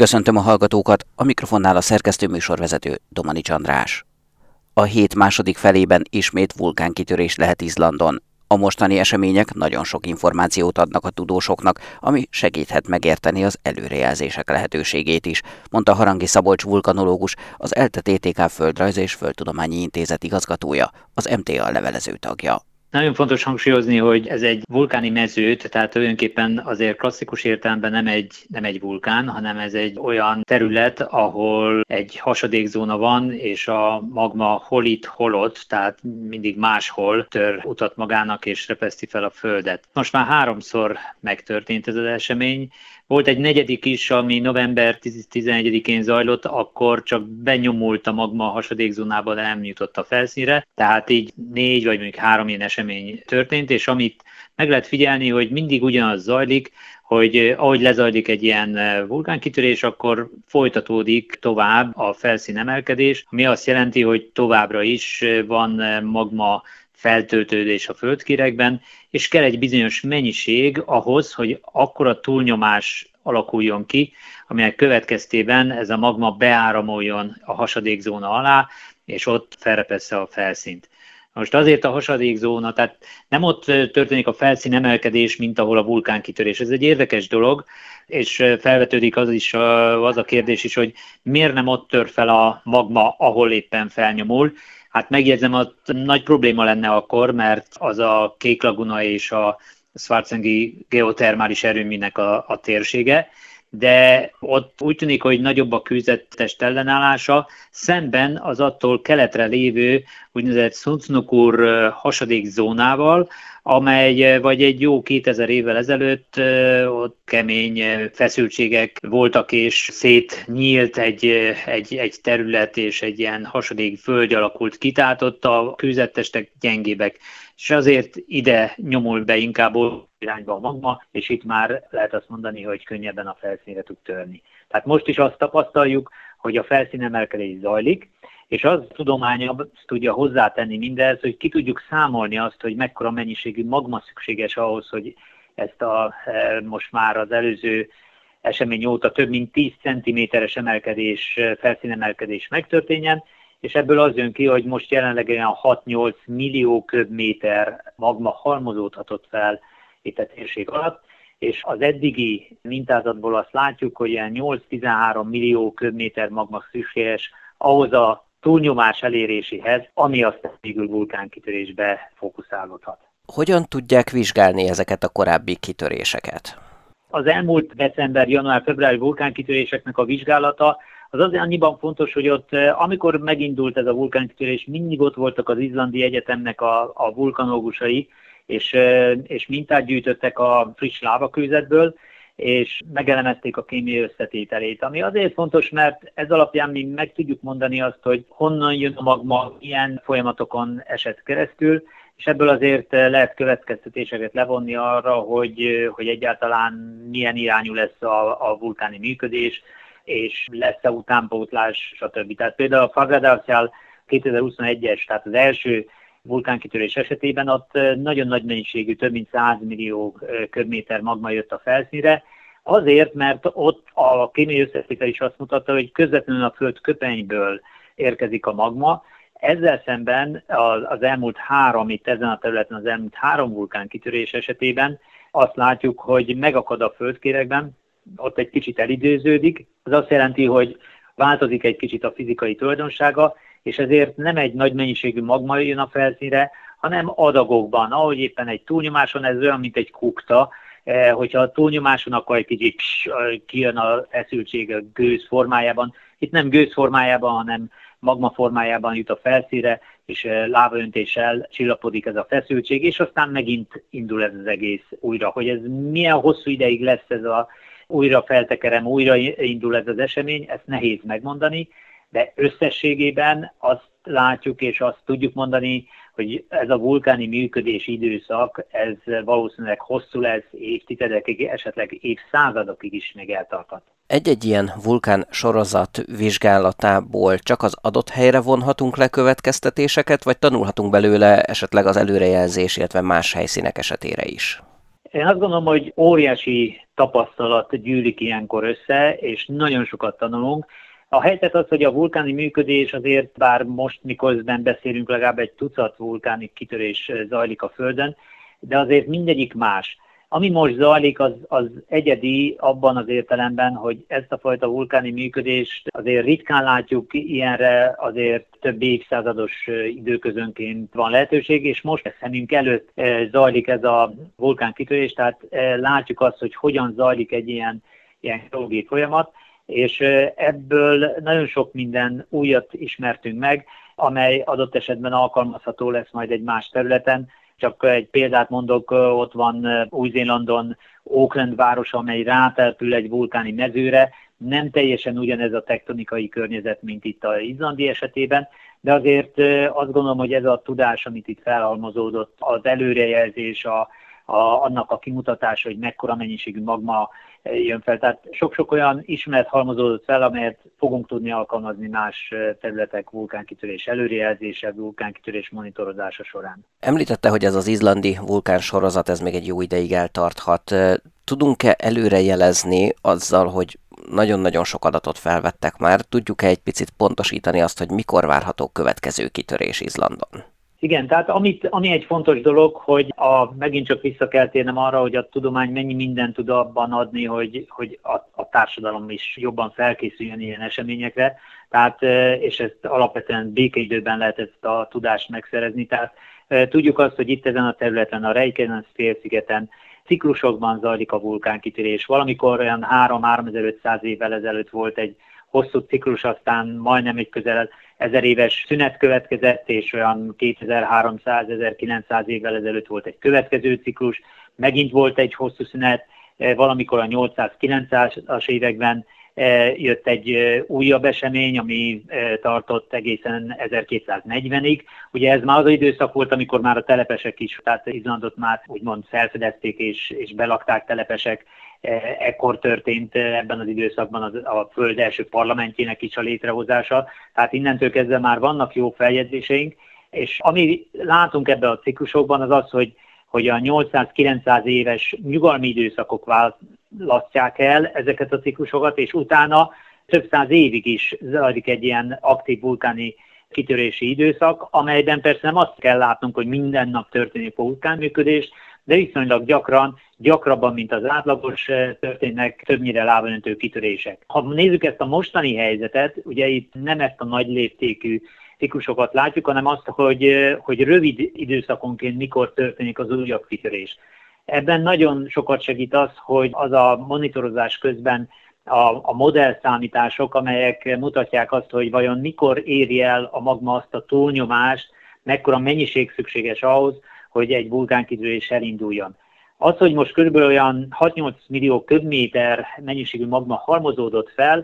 Köszöntöm a hallgatókat, a mikrofonnál a szerkesztő műsorvezető Domanics András. A hét második felében ismét vulkánkitörés lehet Izlandon. A mostani események nagyon sok információt adnak a tudósoknak, ami segíthet megérteni az előrejelzések lehetőségét is, mondta Harangi Szabolcs vulkanológus, az ELTE TTK Földrajz és Földtudományi Intézet igazgatója, az MTA levelező tagja. Nagyon fontos hangsúlyozni, hogy ez egy vulkáni mezőt, tehát tulajdonképpen azért klasszikus értelemben nem egy vulkán, hanem ez egy olyan terület, ahol egy hasadékzóna van, és a magma hol itt, hol ott, tehát mindig máshol tör utat magának és repeszti fel a Földet. Most már 3-szor megtörtént ez az esemény. Volt egy negyedik is, ami november 11-én zajlott, akkor csak benyomult a magma a hasadékzónába, de nem jutott a felszínre. Tehát így 4 vagy mondjuk 3 ilyen esemény történt, és amit meg lehet figyelni, hogy mindig ugyanaz zajlik, hogy ahogy lezajlik egy ilyen vulkánkitörés, akkor folytatódik tovább a felszín emelkedés, ami azt jelenti, hogy továbbra is van magma feltöltődés a földkéregben, és kell egy bizonyos mennyiség ahhoz, hogy akkora túlnyomás alakuljon ki, aminek következtében ez a magma beáramoljon a hasadékzóna alá, és ott felrepessze a felszínt. Most azért a hasadékzóna, tehát nem ott történik a felszín emelkedés, mint ahol a vulkánkitörés. Ez egy érdekes dolog, és felvetődik az a kérdés is, hogy miért nem ott tör fel a magma, ahol éppen felnyomul. Hát megjegyzem, ott nagy probléma lenne akkor, mert az a Kék Laguna és a Schwarzeneggi geotermális erőműnek a térsége, de ott úgy tűnik, hogy nagyobb a kőzettest ellenállása, szemben az attól keletre lévő úgynevezett Szundsnukur hasadékzónával, amely vagy egy jó 2000 évvel ezelőtt ott kemény feszültségek voltak, és szétnyílt egy terület, és egy ilyen hasadék föld alakult ki, tehát ott a kőzettestek gyengébbek, és azért ide nyomul be inkább irányba a magma, és itt már lehet azt mondani, hogy könnyebben a felszínre tud törni. Tehát most is azt tapasztaljuk, hogy a felszínemelkedés zajlik, és az tudomány tudja hozzátenni mindez, hogy ki tudjuk számolni azt, hogy mekkora mennyiségű magma szükséges ahhoz, hogy ezt most már az előző esemény óta több mint 10 cm-es felszínemelkedés megtörténjen, és ebből az jön ki, hogy most jelenleg olyan 6-8 millió köbméter magma halmozódhatott fel itt a térség alatt, és az eddigi mintázatból azt látjuk, hogy ilyen 8-13 millió köbméter magma szükséges ahhoz a túlnyomás eléréséhez, ami aztán végül vulkánkitörésbe fókuszálódhat. Hogyan tudják vizsgálni ezeket a korábbi kitöréseket? Az elmúlt december, január, február vulkánkitöréseknek a vizsgálata az azért annyiban fontos, hogy ott, amikor megindult ez a vulkánkitörés, mindig ott voltak az Izlandi Egyetemnek a vulkanológusai, és mintát gyűjtöttek a friss lávakőzetből, és megelemezték a kémiai összetételét. Ami azért fontos, mert ez alapján mi meg tudjuk mondani azt, hogy honnan jön a magma, milyen folyamatokon esett keresztül, és ebből azért lehet következtetéseket levonni arra, hogy egyáltalán milyen irányú lesz a vulkáni működés, és lesz-e utánpótlás, stb. Tehát például a Fagradalsjál 2021-es, tehát az első vulkánkitörés esetében ott nagyon nagy mennyiségű, több mint 100 millió köbméter magma jött a felszínre, azért, mert ott a kémiai összetétel is azt mutatta, hogy közvetlenül a föld köpenyből érkezik a magma. Ezzel szemben az elmúlt 3, itt ezen a területen az elmúlt 3 vulkánkitörés esetében azt látjuk, hogy megakad a földkéregben, ott egy kicsit elidőződik. Ez azt jelenti, hogy változik egy kicsit a fizikai tulajdonsága, és ezért nem egy nagy mennyiségű magma jön a felszínre, hanem adagokban, ahogy éppen egy túlnyomáson, ez olyan, mint egy kukta, hogyha a túlnyomáson, akkor egy kicsit kijön a feszültség a gőz formájában. Itt nem gőz formájában, hanem magma formájában jut a felszínre, és lávaöntéssel csillapodik ez a feszültség, és aztán megint indul ez az egész újra. Hogy ez milyen hosszú ideig lesz ez újra feltekerem, újra indul ez az esemény, ezt nehéz megmondani, de összességében azt látjuk és azt tudjuk mondani, hogy ez a vulkáni működés időszak, ez valószínűleg hosszú lesz, évtizedekig, esetleg évszázadokig is még eltarthat. Egy-egy ilyen vulkán sorozat vizsgálatából csak az adott helyre vonhatunk le következtetéseket, vagy tanulhatunk belőle esetleg az előrejelzés, illetve más helyszínek esetére is? Én azt gondolom, hogy óriási tapasztalat gyűlik ilyenkor össze, és nagyon sokat tanulunk. A helyzet az, hogy a vulkáni működés azért, bár most miközben beszélünk, legalább egy tucat vulkáni kitörés zajlik a Földön, de azért mindegyik más. Ami most zajlik, az egyedi abban az értelemben, hogy ezt a fajta vulkáni működést azért ritkán látjuk, ilyenre azért több évszázados időközönként van lehetőség, és most szemünk előtt zajlik ez a vulkánkitörés, tehát látjuk azt, hogy hogyan zajlik egy ilyen geológiai folyamat, és ebből nagyon sok minden újat ismertünk meg, amely adott esetben alkalmazható lesz majd egy más területen. Csak egy példát mondok, ott van Új-Zélandon Auckland város, amely rátelepül egy vulkáni mezőre. Nem teljesen ugyanez a tektonikai környezet, mint itt az izlandi esetében, de azért azt gondolom, hogy ez a tudás, amit itt felhalmozódott, az előrejelzés, annak a kimutatása, hogy mekkora mennyiségű magma jön fel. Tehát sok-sok olyan ismeret halmozódott fel, amelyet fogunk tudni alkalmazni más területek vulkánkitörés előrejelzése, vulkánkitörés monitorozása során. Említette, hogy ez az izlandi vulkánsorozat, ez még egy jó ideig eltarthat. Tudunk-e előrejelezni azzal, hogy nagyon-nagyon sok adatot felvettek már? Tudjuk-e egy picit pontosítani azt, hogy mikor várható következő kitörés Izlandon? Igen, tehát ami egy fontos dolog, hogy megint csak vissza kell térnem arra, hogy a tudomány mennyi mindent tud abban adni, hogy a társadalom is jobban felkészüljön ilyen eseményekre, tehát, és ezt alapvetően békeidőben lehet ezt a tudást megszerezni. Tehát tudjuk azt, hogy itt ezen a területen, a Reykjanes-félszigeten ciklusokban zajlik a vulkánkitörés. Valamikor olyan 3500 évvel ezelőtt volt egy hosszú ciklus, aztán majdnem egy közel 1000 éves szünet következett, és olyan 2300-1900 évvel ezelőtt volt egy következő ciklus, megint volt egy hosszú szünet, valamikor a 800-900-as években jött egy újabb esemény, ami tartott egészen 1240-ig. Ugye ez már az időszak volt, amikor már a telepesek is, tehát Izlandot már úgymond felfedezték és belakták telepesek. Ekkor történt ebben az időszakban a Föld első parlamentjének is a létrehozása, tehát innentől kezdve már vannak jó feljegyzéseink, és ami látunk ebben a ciklusokban az az, hogy a 800-900 éves nyugalmi időszakok választják el ezeket a ciklusokat, és utána több száz évig is zajlik egy ilyen aktív vulkáni kitörési időszak, amelyben persze nem azt kell látnunk, hogy minden nap történik vulkánműködés, de viszonylag gyakrabban, mint az átlagos, történnek többnyire lábaöntő kitörések. Ha nézzük ezt a mostani helyzetet, ugye itt nem ezt a nagy léptékű ciklusokat látjuk, hanem azt, hogy rövid időszakonként mikor történik az újabb kitörés. Ebben nagyon sokat segít az, hogy az a monitorozás közben a modellszámítások, amelyek mutatják azt, hogy vajon mikor éri el a magma azt a túlnyomást, mekkora mennyiség szükséges ahhoz, hogy egy vulkánkitörés elinduljon. Az, hogy most körülbelül olyan 6-8 millió köbméter mennyiségű magma halmozódott fel,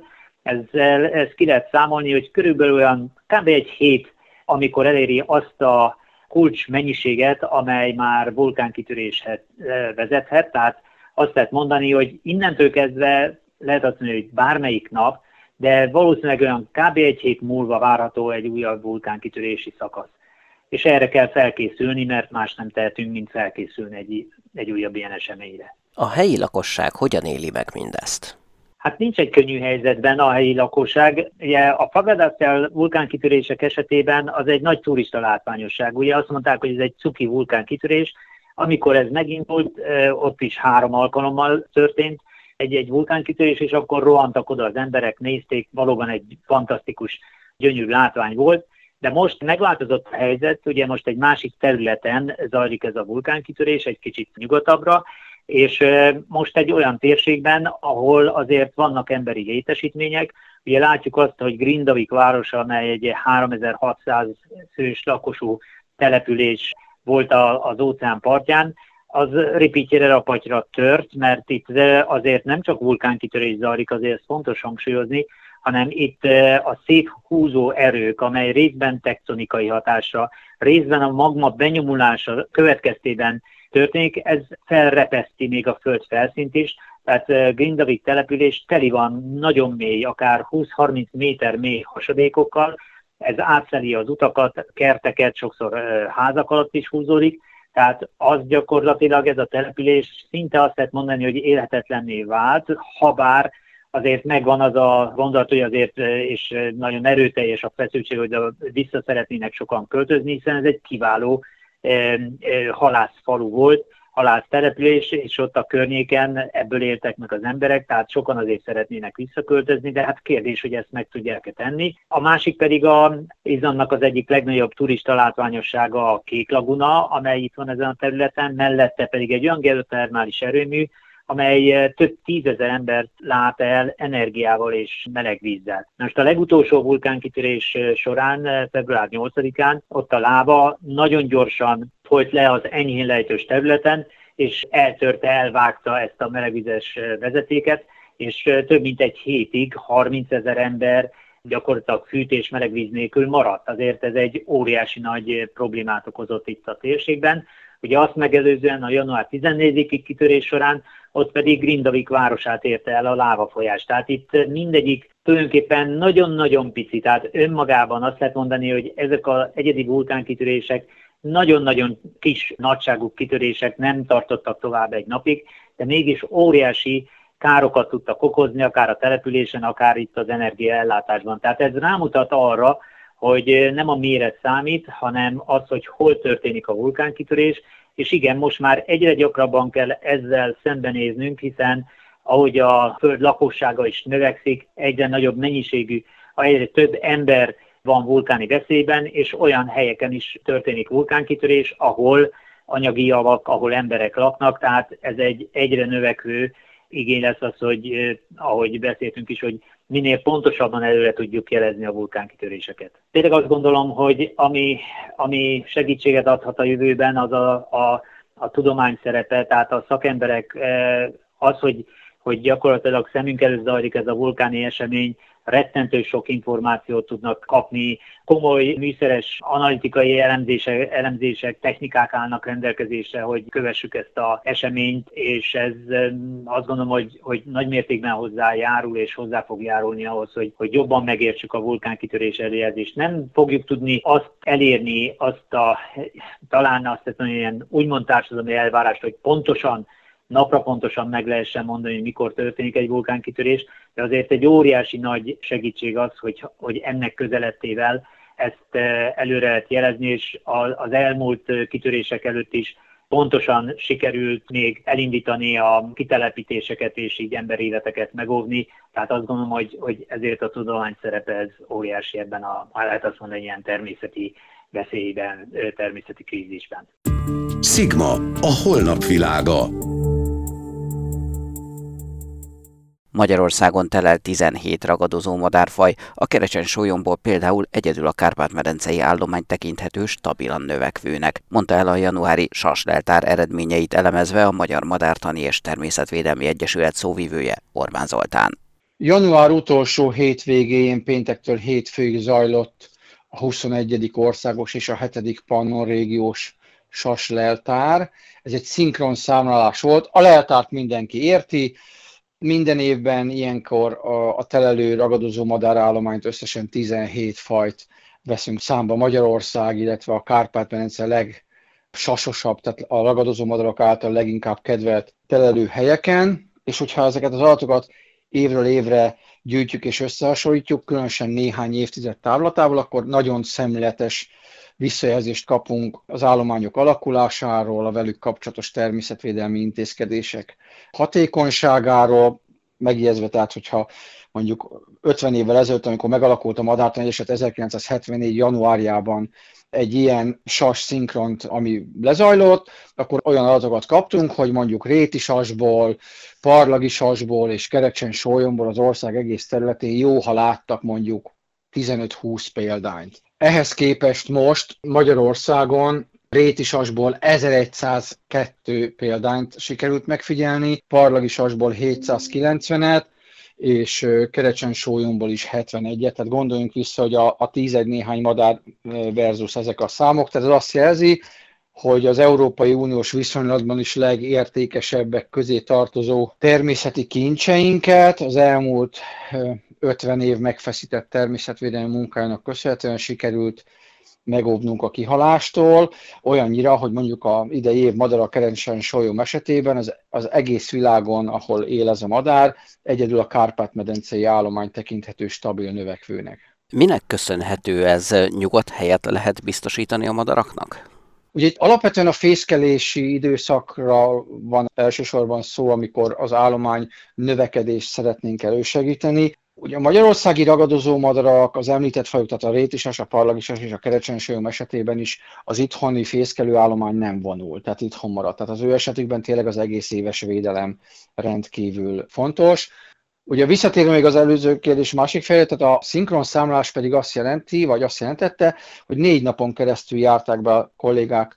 ez ki lehet számolni, hogy körülbelül olyan kb. Egy hét, amikor eléri azt a kulcs mennyiséget, amely már vulkánkitöréshez vezethet. Tehát azt lehet mondani, hogy innentől kezdve lehet azt mondani, hogy bármelyik nap, de valószínűleg olyan kb. Egy hét múlva várható egy újabb vulkánkitörési szakasz. És erre kell felkészülni, mert más nem tehetünk, mint felkészülni egy újabb ilyen eseményre. A helyi lakosság hogyan éli meg mindezt? Hát nincs egy könnyű helyzetben a helyi lakosság. Ugye a Fagradalsfjall vulkánkitörések esetében az egy nagy turista látványosság. Ugye azt mondták, hogy ez egy cuki vulkánkitörés. Amikor ez megindult, ott is 3 alkalommal történt egy vulkánkitörés, és akkor rohantak oda az emberek, nézték, valóban egy fantasztikus, gyönyörű látvány volt. De most megváltozott a helyzet, ugye most egy másik területen zajlik ez a vulkánkitörés, egy kicsit nyugatabbra, és most egy olyan térségben, ahol azért vannak emberi létesítmények. Ugye látjuk azt, hogy Grindavik városa, amely egy 3600 fős lakosú település volt az óceán partján, az ripítjére rapatyra tört, mert itt azért nem csak vulkánkitörés zajlik, azért ez fontos hangsúlyozni, hanem itt a széthúzó erők, amely részben tektonikai hatásra, részben a magma benyomulása következtében történik, ez felrepeszti még a föld felszínt is, tehát Grindavik település teli van nagyon mély, akár 20-30 méter mély hasadékokkal, ez átszeli az utakat, kerteket, sokszor házak alatt is húzódik, Tehát az gyakorlatilag ez a település szinte azt lehet mondani, hogy élhetetlenné vált, habár azért megvan az a gondolat, hogy azért, és nagyon erőteljes a feszültség, hogy vissza szeretnének sokan költözni, hiszen ez egy kiváló halászfalu volt, halásztelepülés, és ott a környéken ebből éltek meg az emberek, tehát sokan azért szeretnének visszaköltözni, de hát kérdés, hogy ezt meg tudják-e tenni. A másik pedig Izlandnak az egyik legnagyobb turista látványossága a Kék Laguna, amely itt van ezen a területen, mellette pedig egy olyan geotermális erőmű, amely több 10 000 embert lát el energiával és meleg vízzel. Most a legutolsó vulkánkitörés során, február 8-án, ott a láva nagyon gyorsan folyt le az enyhén lejtős területen, és elvágta ezt a melegvizes vezetéket, és több mint egy hétig 30 000 ember gyakorlatilag fűtés melegvíz nélkül maradt. Azért ez egy óriási nagy problémát okozott itt a térségben. Ugye azt megelőzően a január 14-i kitörés során ott pedig Grindavik városát érte el a lávafolyás. Tehát itt mindegyik tulajdonképpen nagyon-nagyon pici, tehát önmagában azt lehet mondani, hogy ezek az egyedi vulkánkitörések nagyon-nagyon kis nagyságú kitörések, nem tartottak tovább egy napig, de mégis óriási károkat tudtak okozni, akár a településen, akár itt az energiaellátásban. Tehát ez rámutat arra, hogy nem a méret számít, hanem az, hogy hol történik a vulkánkitörés, és igen, most már egyre gyakrabban kell ezzel szembenéznünk, hiszen ahogy a föld lakossága is növekszik, egyre nagyobb mennyiségű, egyre több ember van vulkáni veszélyben, és olyan helyeken is történik vulkánkitörés, ahol anyagi javak, ahol emberek laknak, tehát ez egy egyre növekvő igény lesz az, hogy ahogy beszéltünk is, hogy minél pontosabban előre tudjuk jelezni a vulkánkitöréseket. Tényleg azt gondolom, hogy ami segítséget adhat a jövőben, az a tudomány szerepe, tehát a szakemberek, az, hogy gyakorlatilag szemünk előtt zajlik ez a vulkáni esemény, rettentő sok információt tudnak kapni, komoly műszeres analitikai elemzések, technikák állnak rendelkezésre, hogy kövessük ezt az eseményt, és ez azt gondolom, hogy nagy mértékben hozzájárul és hozzá fog járulni ahhoz, hogy jobban megértsük a vulkánkitörés előjelzést. Nem fogjuk tudni azt elérni, talán azt ilyen úgymond társadalmi elvárást, hogy napra pontosan meg lehessen mondani, hogy mikor történik egy vulkánkitörés, de azért egy óriási nagy segítség az, hogy ennek közelettével ezt előre lehet jelezni, és az elmúlt kitörések előtt is pontosan sikerült még elindítani a kitelepítéseket és így emberéleteket megóvni. Tehát azt gondolom, hogy ezért a tudomány szerepe ez óriási ebben lehet azt mondani, ilyen természeti veszélyben, természeti krízisben. Sigma, a holnap világa. Magyarországon telel 17 ragadozó madárfaj, a Kerecsen-sólyomból például egyedül a Kárpát-medencei állomány tekinthető stabilan növekvőnek, mondta el a januári sasleltár eredményeit elemezve a Magyar Madártani és Természetvédelmi Egyesület szóvivője, Orbán Zoltán. Január utolsó hétvégén péntektől hétfőig zajlott a 21. országos és a 7. Pannon régiós sasleltár. Ez egy szinkron számlálás volt, a leltárt mindenki érti. Minden évben ilyenkor a telelő ragadozó madárállományt összesen 17 fajt veszünk számba. Magyarország, illetve a Kárpát-medence legsasosabb, tehát a ragadozó madarak által leginkább kedvelt telelő helyeken, és hogyha ezeket az adatokat évről évre gyűjtjük és összehasonlítjuk, különösen néhány évtized távlatával, akkor nagyon szemléletes visszajelzést kapunk az állományok alakulásáról, a velük kapcsolatos természetvédelmi intézkedések hatékonyságáról, megjegyezve, tehát hogyha mondjuk 50 évvel ezelőtt, amikor megalakult a Madártani Egyesület 1974. januárjában egy ilyen sas szinkront, ami lezajlott, akkor olyan adatokat kaptunk, hogy mondjuk Rétisasból, Parlagisasból és Kerecsen-sólyomból az ország egész területén jó, ha láttak mondjuk 15-20 példányt. Ehhez képest most Magyarországon Rétisasból 1102 példányt sikerült megfigyelni, Parlagisasból 790-et, és Kerecsen-sólyomból is 71-et. Tehát gondoljunk vissza, hogy a 10 néhány madár versus ezek a számok. Tehát ez azt jelzi, hogy az Európai Uniós viszonylatban is legértékesebbek közé tartozó természeti kincseinket az elmúlt 50 év megfeszített természetvédelmi munkájának köszönhetően sikerült megóvnunk a kihalástól, olyannyira, hogy mondjuk a idei év madara kerencsen-sólyom esetében az egész világon, ahol él ez a madár, egyedül a Kárpát-medencei állomány tekinthető stabil növekvőnek. Minek köszönhető ez? Nyugodt helyet lehet biztosítani a madaraknak? Ugye itt alapvetően a fészkelési időszakra van elsősorban szó, amikor az állomány növekedést szeretnénk elősegíteni. Ugye a magyarországi ragadozó madarak, az említett fajok, tehát a rétisas, a parlagisas és a kerecsensólyom esetében is az itthoni fészkelő állomány nem vonul, tehát itthon maradt. Tehát az ő esetükben tényleg az egész éves védelem rendkívül fontos. Ugye visszatérve még az előző kérdés másik felé, tehát a szinkron számlálás pedig azt jelenti, vagy azt jelentette, hogy 4 napon keresztül járták be a kollégák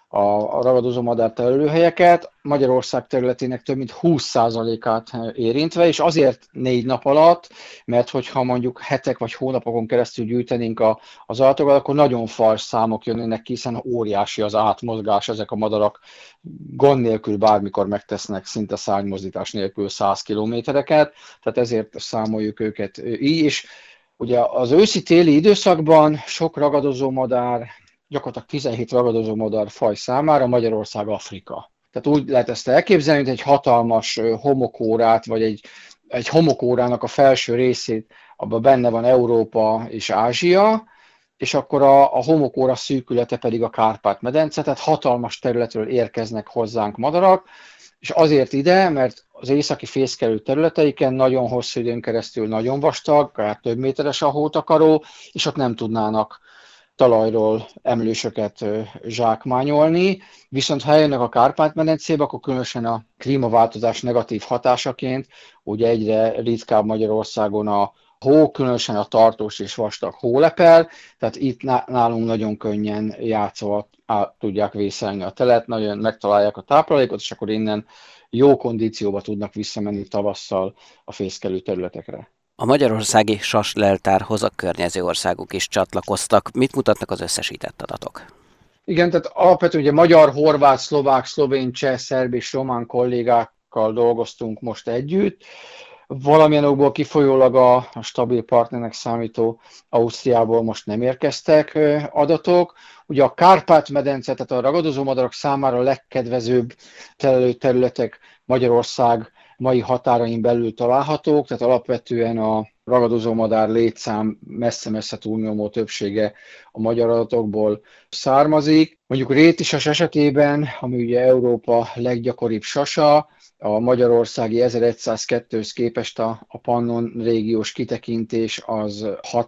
a ragadozó madár telelőhelyeket, Magyarország területének több mint 20%-át érintve, és azért 4 nap alatt, mert hogyha mondjuk hetek vagy hónapokon keresztül gyűjtenénk az adatokat, akkor nagyon fals számok jönnének ki, hiszen óriási az átmozgás, ezek a madarak gond nélkül bármikor megtesznek szinte szárnymozdítás nélkül 100 kilométereket, tehát ezért számoljuk őket így, és ugye az őszi-téli időszakban sok ragadozó madár, gyakorlatilag 17 ragadozó madár faj számára Magyarország Afrika. Tehát úgy lehet ezt elképzelni, mint egy hatalmas homokórát, vagy egy homokórának a felső részét, abban benne van Európa és Ázsia, és akkor a homokóra szűkülete pedig a Kárpát-medence, tehát hatalmas területről érkeznek hozzánk madarak, és azért ide, mert az északi fészkelő területeiken nagyon hosszú időn keresztül nagyon vastag, akár több méteres a hótakaró, és ott nem tudnának talajról emlősöket zsákmányolni, viszont ha eljönnek a Kárpát-medencébe, akkor különösen a klímaváltozás negatív hatásaként, ugye egyre ritkább Magyarországon a hó, különösen a tartós és vastag hólepel, tehát itt nálunk nagyon könnyen játszva tudják vészelni a telet, nagyon megtalálják a táplálékot, és akkor innen jó kondícióba tudnak visszamenni tavasszal a fészkelő területekre. A magyarországi sasleltárhoz a környező országok is csatlakoztak. Mit mutatnak az összesített adatok? Igen, tehát alapvetően ugye magyar, horvát, szlovák, szlovén, cseh, szerb és román kollégákkal dolgoztunk most együtt. Valamilyen okból kifolyólag a stabil partnernek számító Ausztriából most nem érkeztek adatok. Ugye a Kárpát-medence, tehát a ragadozó madarak számára a legkedvezőbb területek Magyarország mai határain belül találhatók, tehát alapvetően a ragadozó madár létszám messze-messze túlnyomó többsége a magyar adatokból származik. Mondjuk rétisas esetében, ami ugye Európa leggyakoribb sasa, a magyarországi 1102-höz képest a Pannon régiós kitekintés az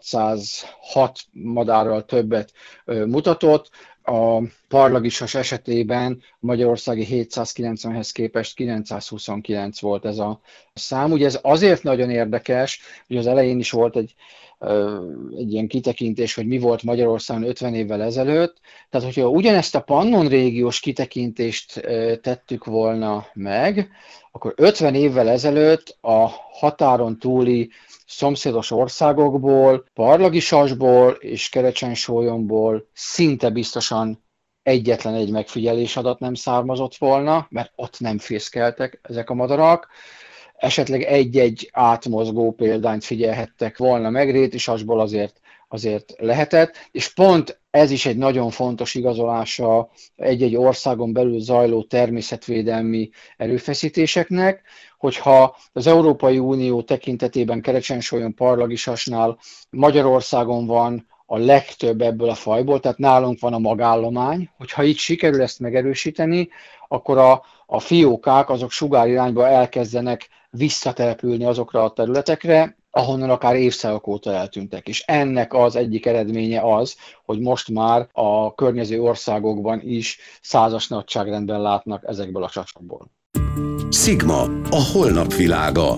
606 madárral többet mutatott. A parlagisas esetében a magyarországi 790-hez képest 929 volt ez a szám. Ugye ez azért nagyon érdekes, hogy az elején is volt egy ilyen kitekintés, hogy mi volt Magyarországon 50 évvel ezelőtt. Tehát, hogyha ugyanezt a Pannon régiós kitekintést tettük volna meg, akkor 50 évvel ezelőtt a határon túli szomszédos országokból, parlagisasból és kerecsensólyomból szinte biztosan egyetlen egy megfigyelés adat nem származott volna, mert ott nem fészkeltek ezek a madarak. Esetleg egy-egy átmozgó példányt figyelhettek volna meg, rétisasból azért lehetett, és pont ez is egy nagyon fontos igazolása egy-egy országon belül zajló természetvédelmi erőfeszítéseknek, hogyha az Európai Unió tekintetében kerecsensólyom parlagisasnál Magyarországon van a legtöbb ebből a fajból, tehát nálunk van a magállomány, hogyha így sikerül ezt megerősíteni, akkor a fiókák azok sugárirányba elkezdenek visszatelepülni azokra a területekre, ahonnan akár évszázadok óta eltűntek. És ennek az egyik eredménye az, hogy most már a környező országokban is 100-as nagyságrendben látnak ezekből a sasokból. Sigma, a holnap világa.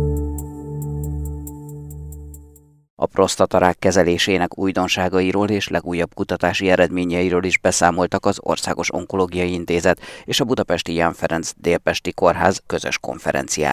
A prosztatarák kezelésének újdonságairól és legújabb kutatási eredményeiről is beszámoltak az Országos Onkológiai Intézet és a Budapesti Ján Ferenc Délpesti Kórház közös konferenciáján.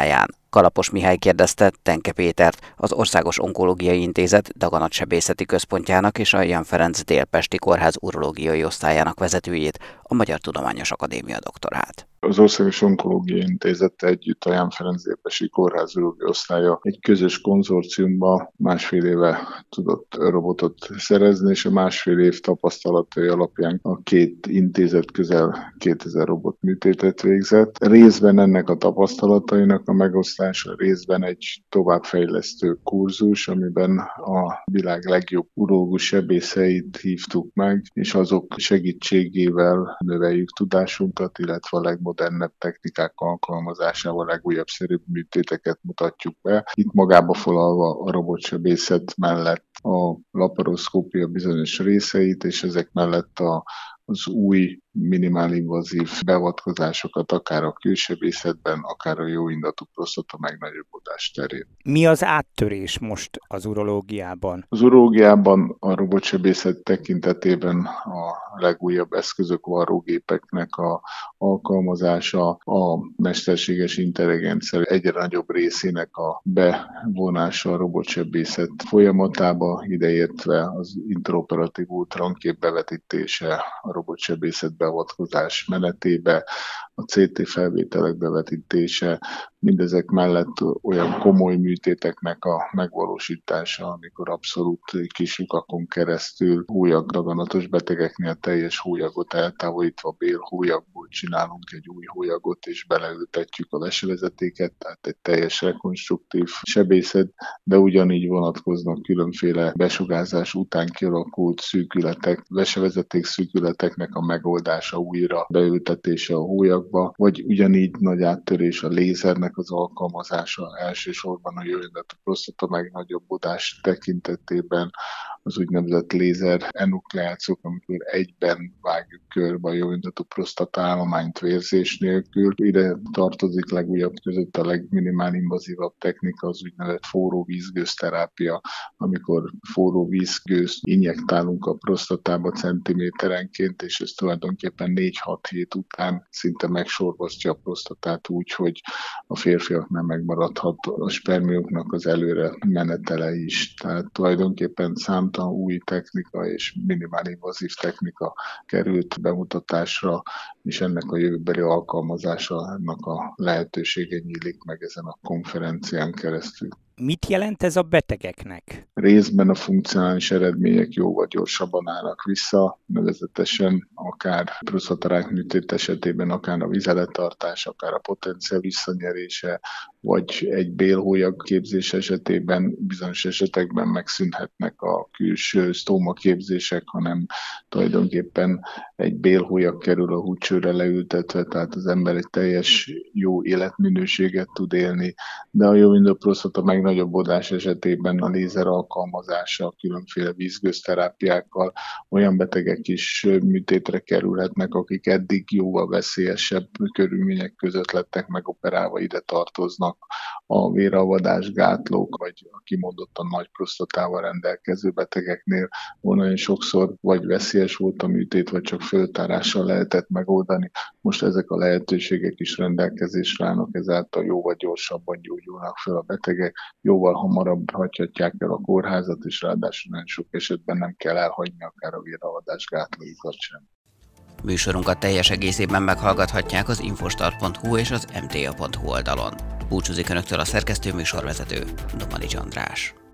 Kalapos Mihály kérdezte Tenke Pétert, az Országos Onkológiai Intézet Daganatsebészeti Központjának és a Jan Ferenc Délpesti Kórház urológiai osztályának vezetőjét, a Magyar Tudományos Akadémia doktorát. Az Országos Onkológiai Intézet együtt a Jan Ferenc Délpesti Kórház urológiai osztálya egy közös konzorciumban másfél éve tudott robotot szerezni, és a másfél év tapasztalatai alapján a két intézet közel 2000 robotműtétet végzett. Részben ennek a tapasztalatainak a megosztása, részben egy továbbfejlesztő kurzus, amiben a világ legjobb urológus sebészeit hívtuk meg, és azok segítségével növeljük tudásunkat, illetve a legmodernebb technikák alkalmazásával legújabb szerűbb műtéteket mutatjuk be. Itt magába foglalva a robotsebészet mellett a laparoszkópia bizonyos részeit, és ezek mellett az új minimálinvazív beavatkozásokat akár a külsebészetben, akár a jóindatú prostata megnagyobbodás terén. Mi az áttörés most az urológiában? Az urológiában a robotsebészet tekintetében a legújabb eszközök, varrógépeknek a alkalmazása, a mesterséges intelligencia egyre nagyobb részének a bevonása a robotsebészet folyamatába, ideértve az intraoperatív ultrahangkép bevetítése a robotsebészet beavatkozás menetébe, a CT felvételek bevetítése, mindezek mellett olyan komoly műtéteknek a megvalósítása, amikor abszolút kis lyukakon keresztül daganatos betegeknél teljes hólyagot eltávolítva bélhólyagból csinálunk egy új hólyagot, és beleültetjük a vesevezetéket, tehát egy teljes rekonstruktív sebészet, de ugyanígy vonatkoznak különféle besugárzás után kialakult szűkületek, vesevezeték szűkületeknek a megoldása, újra beültetése a hólyagba, vagy ugyanígy nagy áttörés a lézernek az alkalmazása, elsősorban a jóindatú prostata megnagyobbodás tekintetében az úgynevezett lézer enukleációk, amikor egyben vágjuk körbe a jóindatú prostata állományt vérzés nélkül. Ide tartozik legújabb között a legminimálinvazívabb technika, az úgynevezett forró vízgőzterápia, amikor forró vízgőzt injektálunk a prostatába centiméterenként, és ez tulajdonképpen 4-6 hét után szinte megsorvasztja a prostatát úgy, hogy a férfiaknál megmaradhat a spermióknak az előre menetele is. Tehát tulajdonképpen számtalan új technika és minimálinvazív technika került bemutatásra, és ennek a jövőbeli alkalmazásának a lehetősége nyílik meg ezen a konferencián keresztül. Mit jelent ez a betegeknek? Részben a funkcionális eredmények jóval gyorsabban állnak vissza, nevezetesen akár prostatarák műtét esetében, akár a vizelettartás, akár a potencia visszanyerése, vagy egy bélhólyag képzés esetében bizonyos esetekben megszűnhetnek a külső sztómaképzések, hanem tulajdonképpen egy bélhólyag kerül a húdcsőre leültetve, tehát az ember egy teljes jó életminőséget tud élni, de a jóinduló prostata megnagyobbodás esetében a lézer alkalmazása különféle vízgőzterápiákkal olyan betegek is műtétre kerülhetnek, akik eddig jóval veszélyesebb körülmények között lettek megoperálva, ide tartoznak a véralvadás gátlók, vagy a kimondottan nagy prostatával rendelkező betegeknél nagyon sokszor vagy veszélyes volt a műtét, vagy csak föltárással lehetett megoldani. Most ezek a lehetőségek is rendelkezésre állnak, ezáltal jóval gyorsabban gyógyulnak fel a betegek, jóval hamarabb hagyhatják el a kórházat, és ráadásul nagyon sok esetben nem kell elhagyni akár a véralvadás gátlóikat sem. Műsorunkat teljes egészében meghallgathatják az infostart.hu és az mta.hu oldalon. Búcsúzik Önöktől a szerkesztő műsorvezető, Domanics András.